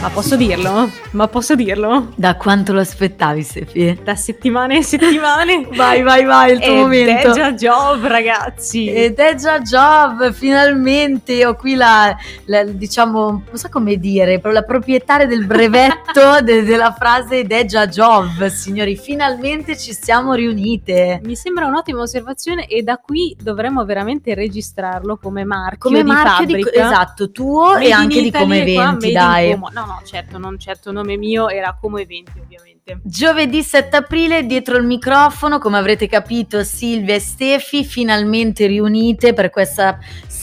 Ma posso dirlo? Da quanto lo aspettavi, Sefi? Da settimane e settimane. Vai, il tuo momento. Ed è già job, ragazzi. Ed è già job, finalmente. Ho qui la diciamo, non so come dire, però la proprietaria del brevetto della frase ed è già job. Signori, finalmente ci siamo riunite. Mi sembra un'ottima osservazione e da qui dovremmo veramente registrarlo come marchio di fabbrica. Esatto, tuo Made e in anche di Italy, Come qua, Eventi, Made in dai. Como. No, certo, non certo nome mio, era Como Eventi, ovviamente. Giovedì 7 aprile, dietro il microfono, come avrete capito, Silvia e Stefi finalmente riunite per questa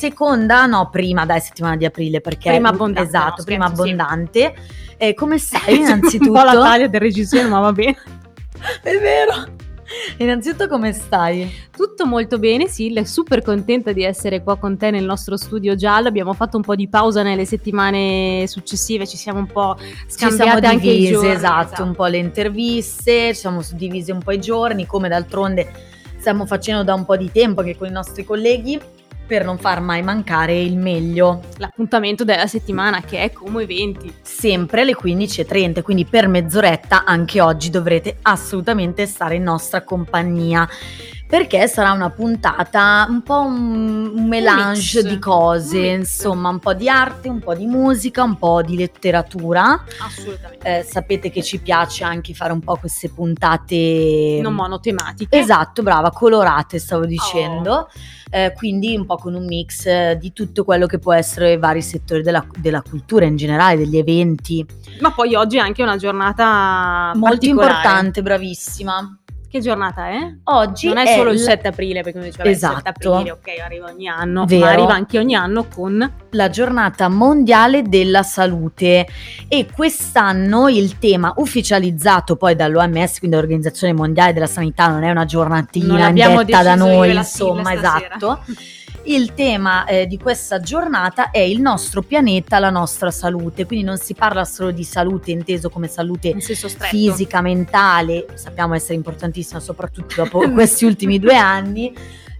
prima settimana di aprile, perché prima abbondante. Esatto, No, prima scherzo, abbondante. Come stai innanzitutto? Un po' la taglia del reggiseno, ma va bene. È vero. Innanzitutto come stai? Tutto molto bene, Sil, super contenta di essere qua con te nel nostro studio giallo. Abbiamo fatto un po' di pausa nelle settimane successive, ci siamo un po' scambiate anche i giorni. Esatto, un po' le interviste, ci siamo suddivisi un po' i giorni, come d'altronde stiamo facendo da un po' di tempo anche con i nostri colleghi, per non far mai mancare il meglio. L'appuntamento della settimana, che è Como Eventi. Sempre alle 15:30, quindi per mezz'oretta anche oggi dovrete assolutamente stare in nostra compagnia, perché sarà una puntata un po' un melange di cose, insomma, un po' di arte, un po' di musica, un po' di letteratura. Assolutamente. Sapete che ci piace anche fare un po' queste puntate non monotematiche. Esatto, brava, colorate stavo dicendo. Quindi un po' con un mix di tutto quello che può essere i vari settori della cultura in generale, degli eventi. Ma poi oggi è anche una giornata molto importante, bravissima. Che giornata è? Oggi non è solo il 7 aprile, perché uno diceva esatto. il 7 aprile, ok, arriva ogni anno, Vero. ma arriva anche ogni anno con la giornata mondiale della salute, e quest'anno il tema ufficializzato poi dall'OMS, quindi l'Organizzazione Mondiale della Sanità, non è una giornatina indetta da noi, insomma, esatto. Il tema di questa giornata è il nostro pianeta, la nostra salute, quindi non si parla solo di salute inteso come salute in senso stretto, fisica, sappiamo essere importantissima soprattutto dopo questi ultimi 2 anni,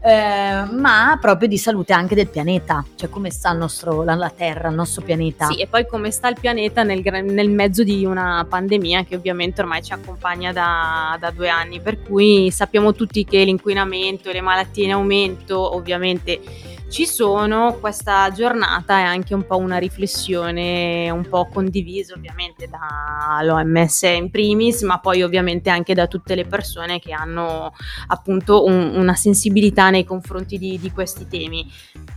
ma proprio di salute anche del pianeta, cioè come sta la Terra, il nostro pianeta. Sì, e poi come sta il pianeta nel mezzo di una pandemia che ovviamente ormai ci accompagna da 2 anni, per cui sappiamo tutti che l'inquinamento e le malattie in aumento ovviamente ci sono. Questa giornata è anche un po' una riflessione un po' condivisa ovviamente dall'OMS in primis, ma poi ovviamente anche da tutte le persone che hanno appunto una sensibilità nei confronti di questi temi.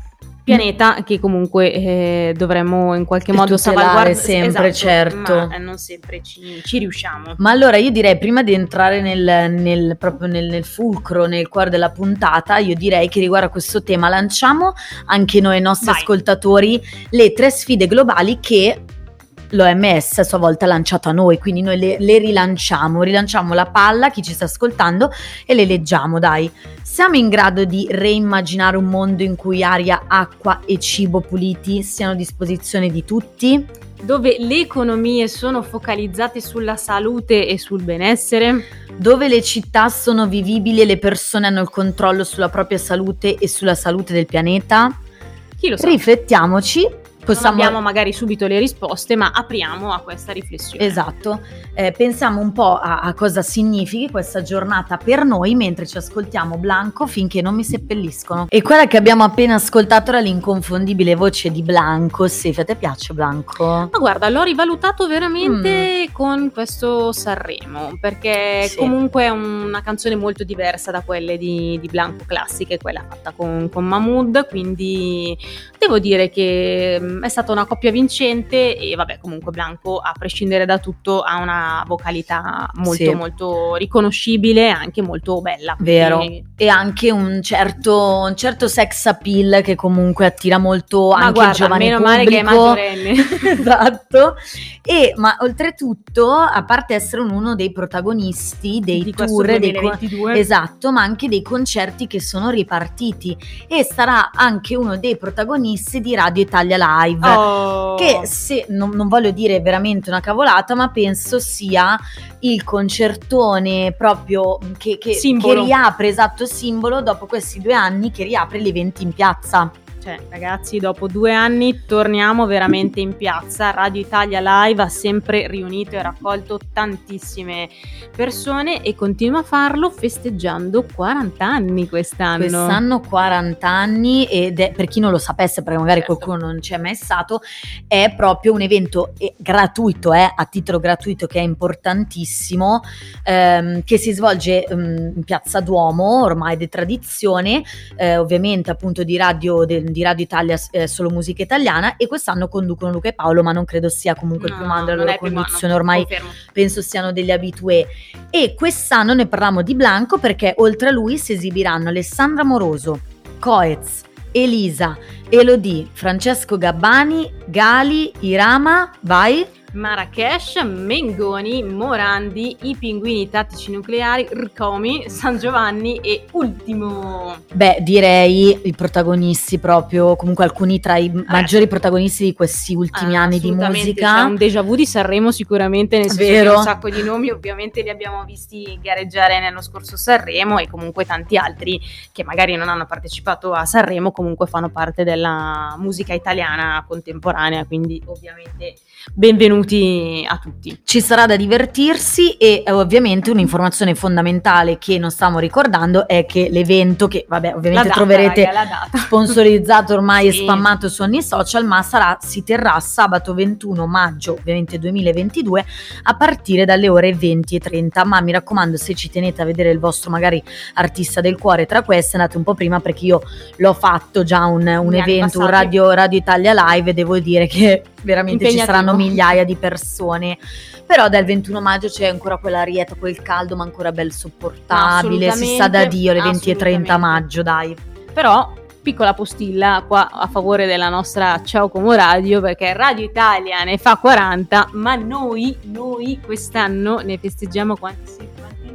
Pianeta che comunque dovremmo in qualche modo salvaguardare sempre, esatto, certo, ma non sempre ci riusciamo. Ma allora io direi, prima di entrare proprio nel fulcro, nel cuore della puntata, io direi che riguardo a questo tema lanciamo anche noi, i nostri ascoltatori, le 3 sfide globali che l'OMS a sua volta ha lanciato a noi, quindi noi le rilanciamo la palla, chi ci sta ascoltando, e le leggiamo, dai. Siamo in grado di reimmaginare un mondo in cui aria, acqua e cibo puliti siano a disposizione di tutti? Dove le economie sono focalizzate sulla salute e sul benessere? Dove le città sono vivibili e le persone hanno il controllo sulla propria salute e sulla salute del pianeta? Chi lo sa? Riflettiamoci. Non abbiamo magari subito le risposte, ma apriamo a questa riflessione. Esatto, pensiamo un po' a cosa significhi questa giornata per noi mentre ci ascoltiamo Blanco finché non mi seppelliscono. E quella che abbiamo appena ascoltato era l'inconfondibile voce di Blanco. Sì, a te piace Blanco? Ma guarda, l'ho rivalutato veramente con questo Sanremo, perché comunque è una canzone molto diversa da quelle di Blanco classiche, quella fatta con Mahmood, quindi devo dire che è stata una coppia vincente. E vabbè, comunque Blanco, a prescindere da tutto, ha una vocalità molto molto riconoscibile, anche molto bella. Vero, e anche un certo sex appeal che comunque attira molto anche il giovane meno pubblico. Male che è maggiorenne. Esatto. Ma oltretutto, a parte essere uno dei protagonisti dei di tour 2022. Esatto, ma anche dei concerti che sono ripartiti, e sarà anche uno dei protagonisti di Radio Italia Live, che se non voglio dire veramente una cavolata, ma penso sia il concertone proprio che riapre, esatto, simbolo dopo questi 2 anni, che riapre gli eventi in piazza. Cioè, ragazzi, dopo 2 anni torniamo veramente in piazza. Radio Italia Live ha sempre riunito e raccolto tantissime persone e continua a farlo festeggiando 40 anni quest'anno. Quest'anno 40 anni, ed è, per chi non lo sapesse, perché magari Certo. qualcuno non c'è mai stato, è proprio un evento gratuito, a titolo gratuito, che è importantissimo, che si svolge in Piazza Duomo, ormai di tradizione, ovviamente appunto di Radio Italia, solo musica italiana, e quest'anno conducono Luca e Paolo, ma non credo sia comunque il primo anno della loro conduzione, ormai confermo. Penso siano degli abitué. E quest'anno ne parliamo di Blanco perché oltre a lui si esibiranno Alessandra Moroso, Coez, Elisa, Elodie, Francesco Gabbani, Gali, Irama, vai? Marrakesh, Mengoni, Morandi, i Pinguini Tattici Nucleari, Rcomi, San Giovanni e Ultimo. Beh, direi i protagonisti proprio, comunque alcuni tra i maggiori protagonisti di questi ultimi anni di musica. C'è un déjà vu di Sanremo sicuramente, nel senso che un sacco di nomi ovviamente li abbiamo visti gareggiare nello scorso Sanremo, e comunque tanti altri che magari non hanno partecipato a Sanremo comunque fanno parte della musica italiana contemporanea, quindi ovviamente benvenuti a tutti. Ci sarà da divertirsi, e ovviamente un'informazione fondamentale che non stiamo ricordando è che l'evento, che vabbè ovviamente troverete sponsorizzato ormai e spammato su ogni social, ma si terrà sabato 21 maggio ovviamente 2022 a partire dalle ore 20:30, ma mi raccomando, se ci tenete a vedere il vostro magari artista del cuore tra queste, andate un po' prima, perché io l'ho fatto già un evento, un Radio Italia Live, e devo dire che veramente ci saranno migliaia di persone, però dal 21 maggio c'è ancora quell'arietta, quel caldo, ma ancora ben sopportabile, si sa da Dio, le 20:30 maggio, dai. Però piccola postilla qua a favore della nostra Ciao Como Radio, perché Radio Italia ne fa 40, ma noi quest'anno ne festeggiamo quanti?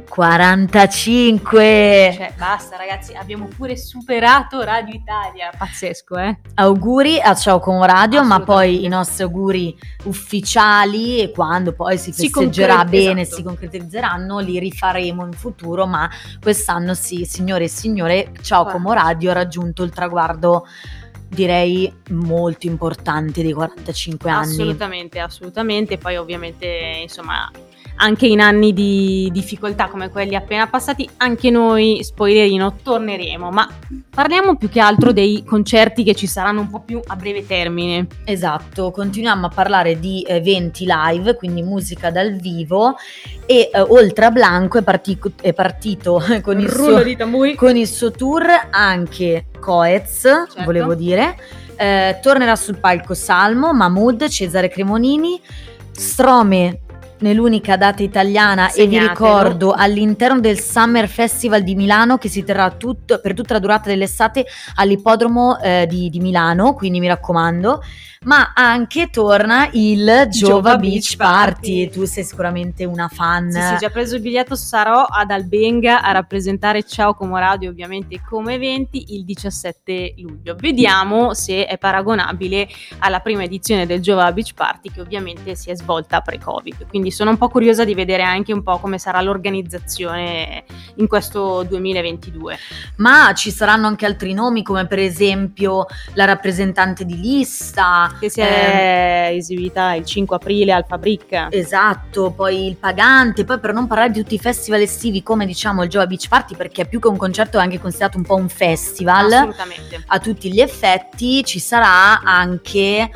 45! Cioè basta ragazzi, abbiamo pure superato Radio Italia, pazzesco, Auguri a Ciao Como Radio, ma poi i nostri auguri ufficiali, e quando poi si festeggerà bene, si concretizzeranno, li rifaremo in futuro, ma quest'anno sì, signore e signore, Ciao Como Radio ha raggiunto il traguardo, direi molto importante, dei 45 anni. Assolutamente, poi ovviamente insomma anche in anni di difficoltà come quelli appena passati, anche noi, spoilerino, torneremo, ma parliamo più che altro dei concerti che ci saranno un po' più a breve termine. Esatto, continuiamo a parlare di eventi live, quindi musica dal vivo, e oltre a Blanco è partito con il suo tour anche Coez, certo. Volevo dire, tornerà sul palco Salmo, Mahmood, Cesare Cremonini, Strome nell'unica data italiana, e vi ricordo all'interno del Summer Festival di Milano, che si terrà per tutta la durata dell'estate all'ippodromo di Milano, quindi mi raccomando. Ma anche torna il Giova Beach Party. Tu sei sicuramente una fan. Sì, già preso il biglietto, sarò ad Albenga a rappresentare Ciao Como Radio, ovviamente come eventi, il 17 luglio. Vediamo se è paragonabile alla prima edizione del Giova Beach Party, che ovviamente si è svolta pre-Covid, quindi sono un po' curiosa di vedere anche un po' come sarà l'organizzazione in questo 2022. Ma ci saranno anche altri nomi, come per esempio la rappresentante di lista, che si è esibita il 5 aprile al Fabric. Esatto, poi il Pagante, poi per non parlare di tutti i festival estivi come diciamo il Giova Beach Party, perché più che un concerto è anche considerato un po' un festival. Assolutamente. A tutti gli effetti. Ci sarà anche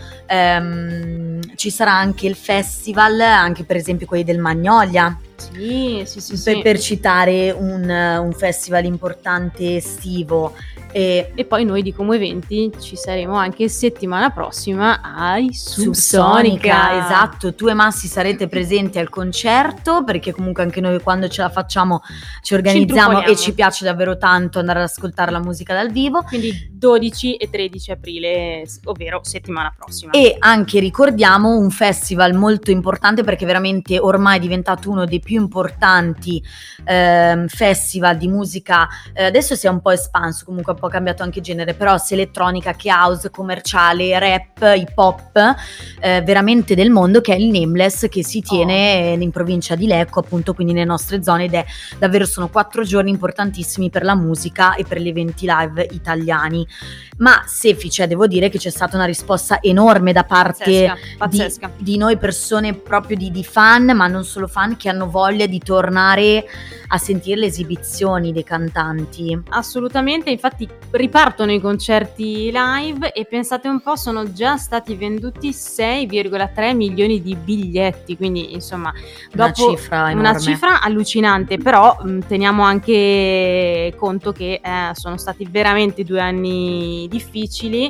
il festival, anche per esempio quelli del Magnolia. Sì. Per citare un festival importante estivo. E poi noi di Como Eventi ci saremo anche settimana prossima ai Subsonica. Esatto, tu e Massi sarete presenti al concerto, perché comunque anche noi quando ce la facciamo ci organizziamo e ci piace davvero tanto andare ad ascoltare la musica dal vivo. Quindi 12 e 13 aprile, ovvero settimana prossima. E anche ricordiamo un festival molto importante, perché veramente ormai è diventato uno dei più importanti festival di musica, adesso si è un po' espanso, comunque po' cambiato anche genere, però sia elettronica che house, commerciale, rap, hip hop, veramente del mondo, che è il Nameless, che si tiene in provincia di Lecco, appunto, quindi nelle nostre zone, ed è davvero, sono 4 giorni importantissimi per la musica e per gli eventi live italiani. Ma Sefi, cioè, devo dire che c'è stata una risposta enorme da parte pazzesca. Di noi persone, proprio di fan, ma non solo fan, che hanno voglia di tornare a sentire le esibizioni dei cantanti. Assolutamente, infatti ripartono i concerti live e pensate un po', sono già stati venduti 6,3 milioni di biglietti, quindi insomma dopo una cifra allucinante, però teniamo anche conto che sono stati veramente 2 anni difficili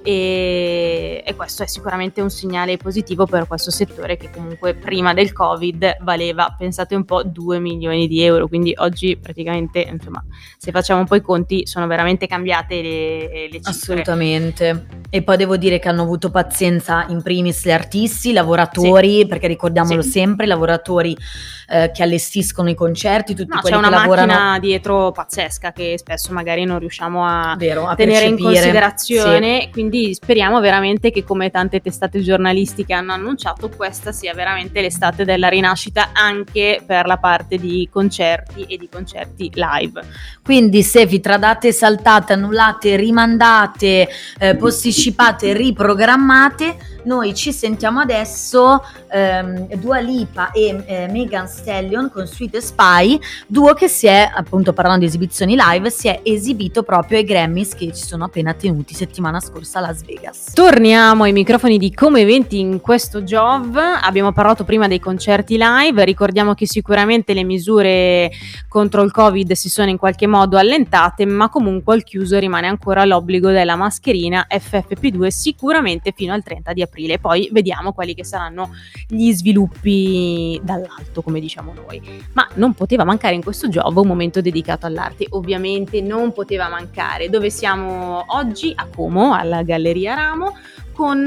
e questo è sicuramente un segnale positivo per questo settore, che comunque prima del Covid valeva, pensate un po', 2 milioni di euro, quindi oggi praticamente, insomma, se facciamo un po' i conti, sono veramente cambiate le cifre. Assolutamente. E poi devo dire che hanno avuto pazienza in primis gli artisti, i lavoratori, perché ricordiamolo sempre, i lavoratori che allestiscono i concerti, tutti quelli che lavorano. C'è una macchina dietro pazzesca che spesso magari non riusciamo a tenere in considerazione, quindi speriamo veramente che, come tante testate giornalistiche hanno annunciato, questa sia veramente l'estate della rinascita anche per la parte di concerti e di concerti live. Quindi Sefi, tra date saltate, annullate, rimandate, posticipate, riprogrammate, noi ci sentiamo adesso Dua Lipa e Megan Stallion con Sweet Spy, duo che si è, appunto parlando di esibizioni live, si è esibito proprio ai Grammys che ci sono appena tenuti settimana scorsa a Las Vegas. Torniamo ai microfoni di Come Eventi in questo Jov. Abbiamo parlato prima dei concerti live, ricordiamo che sicuramente le misure contro il Covid si sono in qualche modo allentate, ma comunque al chiuso rimane ancora l'obbligo della mascherina FFP2 sicuramente fino al 30 di aprile. Poi vediamo quali che saranno gli sviluppi dall'alto, come diciamo noi. Ma non poteva mancare in questo Jov un momento dedicato all'arte, ovviamente non poteva mancare. Dove siamo oggi? A Como, alla Galleria Ramo, con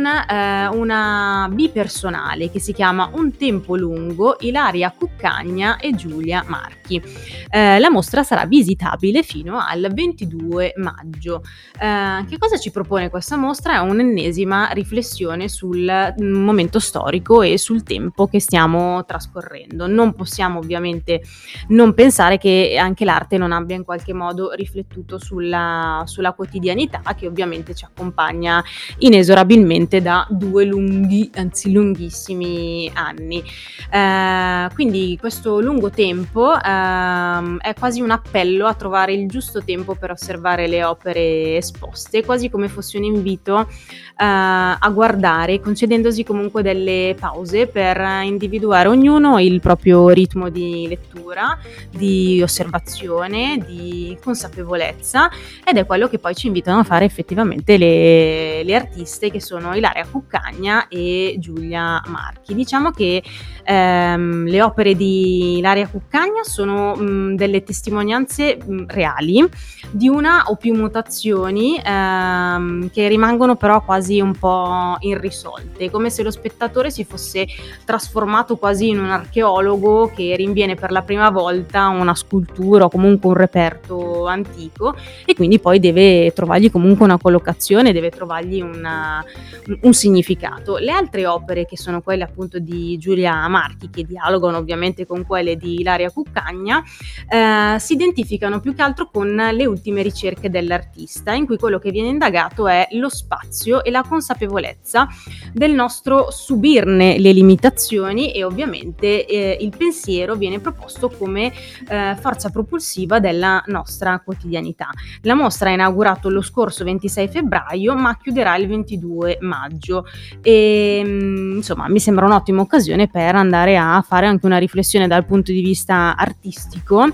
una bipersonale che si chiama Un tempo lungo, Ilaria Cuccagna e Giulia Marchi. La mostra sarà visitabile fino al 22 maggio. Che cosa ci propone questa mostra? È un'ennesima riflessione sul momento storico e sul tempo che stiamo trascorrendo. Non possiamo ovviamente non pensare che anche l'arte non abbia in qualche modo riflettuto sulla quotidianità, che ovviamente ci accompagna inesorabilmente da 2 lunghi, anzi lunghissimi anni. Quindi questo lungo tempo è quasi un appello a trovare il giusto tempo per osservare le opere esposte, quasi come fosse un invito a guardare, concedendosi comunque delle pause per individuare ognuno il proprio ritmo di lettura, di osservazione, di consapevolezza, ed è quello che poi ci invitano a fare effettivamente le artiste, che sono Ilaria Cuccagna e Giulia Marchi. Diciamo che le opere di Ilaria Cuccagna sono delle testimonianze reali di una o più mutazioni che rimangono però quasi un po' irrisolte, come se lo spettatore si fosse trasformato quasi in un archeologo che rinviene per la prima volta una scultura o comunque un reperto antico, e quindi poi deve trovargli comunque una collocazione, deve trovargli un significato. Le altre opere, che sono quelle appunto di Giulia Marchi, che dialogano ovviamente con quelle di Ilaria Cuccagna, si identificano più che altro con le ultime ricerche dell'artista, in cui quello che viene indagato è lo spazio e la consapevolezza del nostro subirne le limitazioni, e ovviamente il pensiero viene proposto come forza propulsiva della nostra quotidianità. La mostra è inaugurata lo scorso 26 febbraio, ma chiuderà il 22 maggio e insomma mi sembra un'ottima occasione per andare a fare anche una riflessione dal punto di vista artistico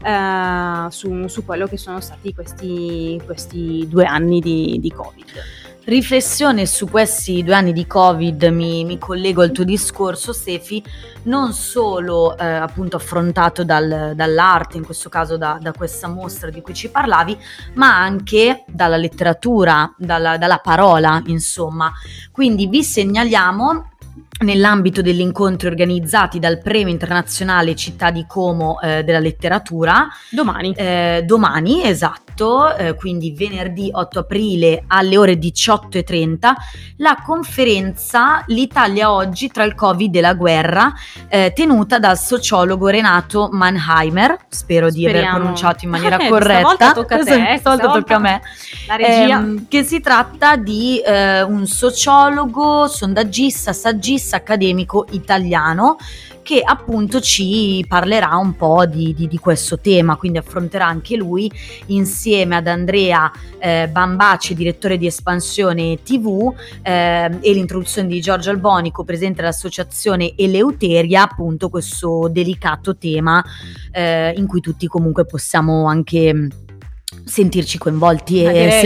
su quello che sono stati questi 2 anni di Covid. Riflessione su questi 2 anni di Covid, mi collego al tuo discorso, Sefi, non solo appunto affrontato dall'arte, in questo caso da questa mostra di cui ci parlavi, ma anche dalla letteratura, dalla parola, insomma. Quindi vi segnaliamo, nell'ambito degli incontri organizzati dal Premio Internazionale Città di Como della Letteratura, domani, esatto, 8, quindi venerdì 8 aprile alle ore 18:30, la conferenza L'Italia oggi tra il Covid e la guerra, tenuta dal sociologo Renato Mannheimer, spero di aver pronunciato in maniera corretta. Stavolta tocca a te, stavolta tocca a me. La regia. Che si tratta di un sociologo, sondaggista, saggista, accademico italiano, che appunto ci parlerà un po' di questo tema, quindi affronterà anche lui insieme ad Andrea Bambaci, direttore di Espansione TV, e l'introduzione di Giorgio Albonico, presidente dell'associazione Eleuteria, appunto questo delicato tema in cui tutti comunque possiamo anche sentirci coinvolti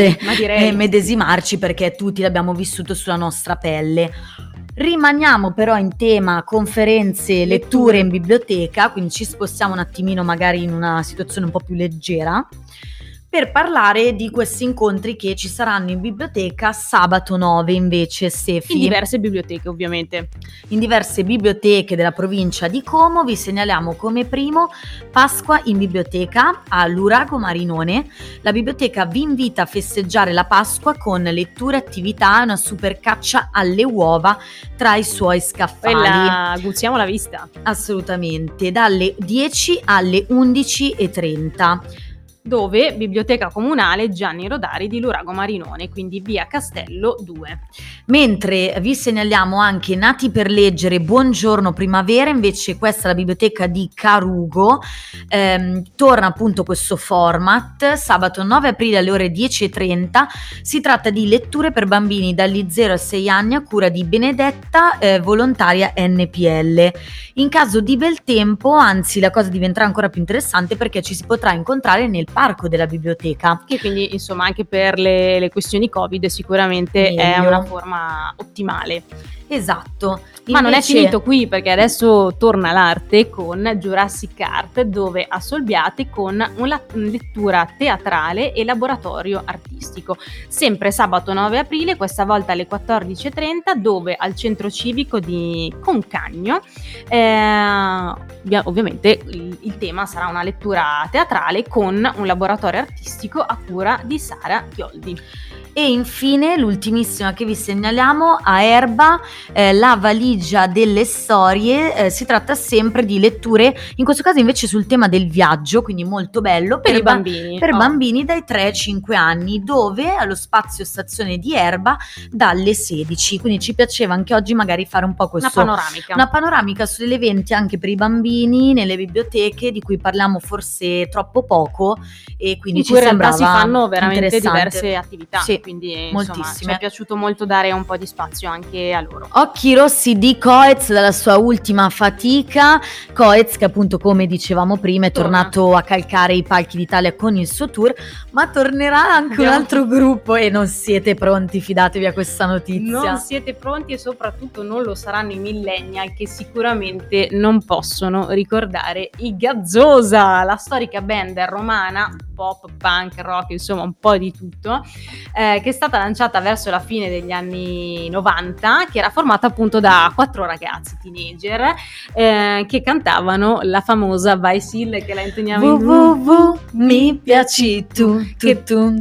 e medesimarci, perché tutti l'abbiamo vissuto sulla nostra pelle. Rimaniamo però in tema conferenze, letture in biblioteca, quindi ci spostiamo un attimino magari in una situazione un po' più leggera, per parlare di questi incontri che ci saranno in biblioteca sabato 9 invece, Stefi. In diverse biblioteche ovviamente. In diverse biblioteche della provincia di Como. Vi segnaliamo come primo Pasqua in biblioteca a Lurago Marinone. La biblioteca vi invita a festeggiare la Pasqua con letture, attività e una super caccia alle uova tra i suoi scaffali. Quella guzziamo la vista. Assolutamente, dalle 10 alle 11:30. Dove? Biblioteca Comunale Gianni Rodari di Lurago Marinone, quindi via Castello 2. Mentre vi segnaliamo anche Nati per leggere Buongiorno Primavera, invece questa è la biblioteca di Carugo, torna appunto questo format, sabato 9 aprile alle ore 10:30, si tratta di letture per bambini dagli 0 ai 6 anni a cura di Benedetta, volontaria NPL. In caso di bel tempo, anzi la cosa diventerà ancora più interessante perché ci si potrà incontrare nel parco della biblioteca. Che quindi insomma anche per le questioni Covid sicuramente è una forma ottimale. Esatto. Ma non è finito qui, perché adesso torna l'arte con Jurassic Art, dove a Solbiate con una lettura teatrale e laboratorio artistico. Sempre sabato 9 aprile, questa volta alle 14:30, dove al centro civico di Concagno. Ovviamente il tema sarà una lettura teatrale con un laboratorio artistico a cura di Sara Chioldi. E infine l'ultimissima che vi segnaliamo, a Erba, la valigia delle storie, si tratta sempre di letture, in questo caso invece sul tema del viaggio, quindi molto bello, per i bambini. Per bambini dai 3 ai 5 anni, dove allo spazio stazione di Erba dalle 16, quindi ci piaceva anche oggi magari fare un po' questo, una panoramica sugli eventi anche per i bambini nelle biblioteche, di cui parliamo forse troppo poco, e quindi ci sembrava si fanno veramente diverse attività. Sì. Quindi insomma ci è piaciuto molto dare un po' di spazio anche a loro. Occhi rossi di Coez dalla sua ultima fatica. Coez, che appunto, come dicevamo prima, è tornato a calcare i palchi d'Italia con il suo tour, ma tornerà anche un altro gruppo e non siete pronti, fidatevi a questa notizia. Non siete pronti e soprattutto non lo saranno i millennial, che sicuramente non possono ricordare i Gazzosa, la storica band romana, pop, punk, rock, insomma un po' di tutto, che è stata lanciata verso la fine degli anni 90, che era formata appunto da 4 ragazzi teenager che cantavano la famosa Vai Sil, che la intoniamo in www, mi piaci tu, che tu,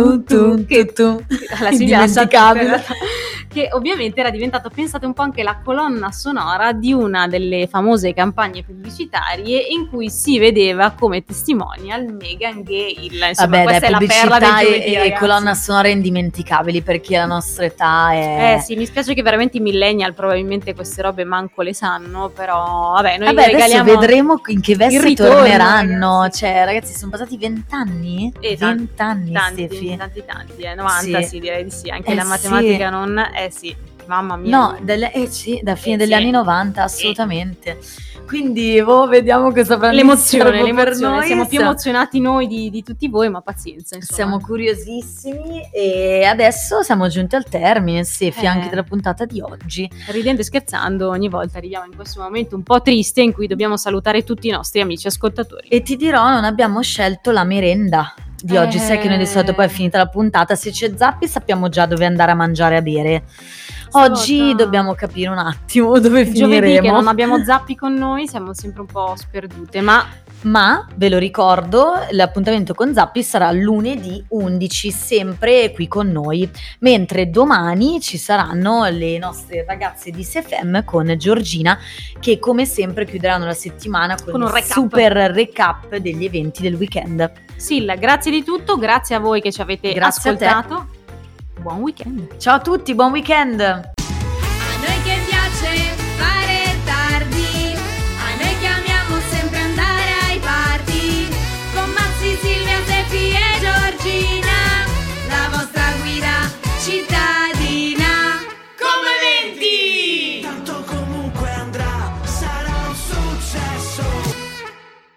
la indimenticabile, che ovviamente era diventato, pensate un po', anche la colonna sonora di una delle famose campagne pubblicitarie in cui si vedeva come testimonial Meghan Gale. Insomma, questa è la perla del giovedì, e colonna sonora indimenticabili, perché la nostra età è... sì, mi spiace che veramente i millennial probabilmente queste robe manco le sanno, però vabbè, noi regaliamo, adesso vedremo in che veste torneranno, ragazzi. Cioè ragazzi, sono passati 20 anni? 20 anni, Stefi. Tanti, 90 sì, direi di sì, anche la matematica sì. Non... sì, mamma mia. No, da fine degli anni 90, assolutamente. Quindi vediamo cosa avranno l'emozione per noi. Siamo più emozionati noi di tutti voi, ma pazienza, insomma. Siamo curiosissimi e adesso siamo giunti al termine, Stefi, anche della puntata di oggi. Ridendo e scherzando, ogni volta arriviamo in questo momento un po' triste in cui dobbiamo salutare tutti i nostri amici ascoltatori. E ti dirò, non abbiamo scelto la merenda di oggi, sai che noi di solito poi è finita la puntata, se c'è Zappi sappiamo già dove andare a mangiare e a bere. Oggi dobbiamo capire un attimo dove finiremo. Giovedì che non abbiamo Zappi con noi, siamo sempre un po' sperdute, ma ve lo ricordo, l'appuntamento con Zappi sarà lunedì 11, sempre qui con noi, mentre domani ci saranno le nostre ragazze di SFM con Giorgina, che come sempre chiuderanno la settimana con un super recap degli eventi del weekend. Silla, grazie di tutto, grazie a voi che ci avete ascoltato. Buon weekend. Ciao a tutti, buon weekend.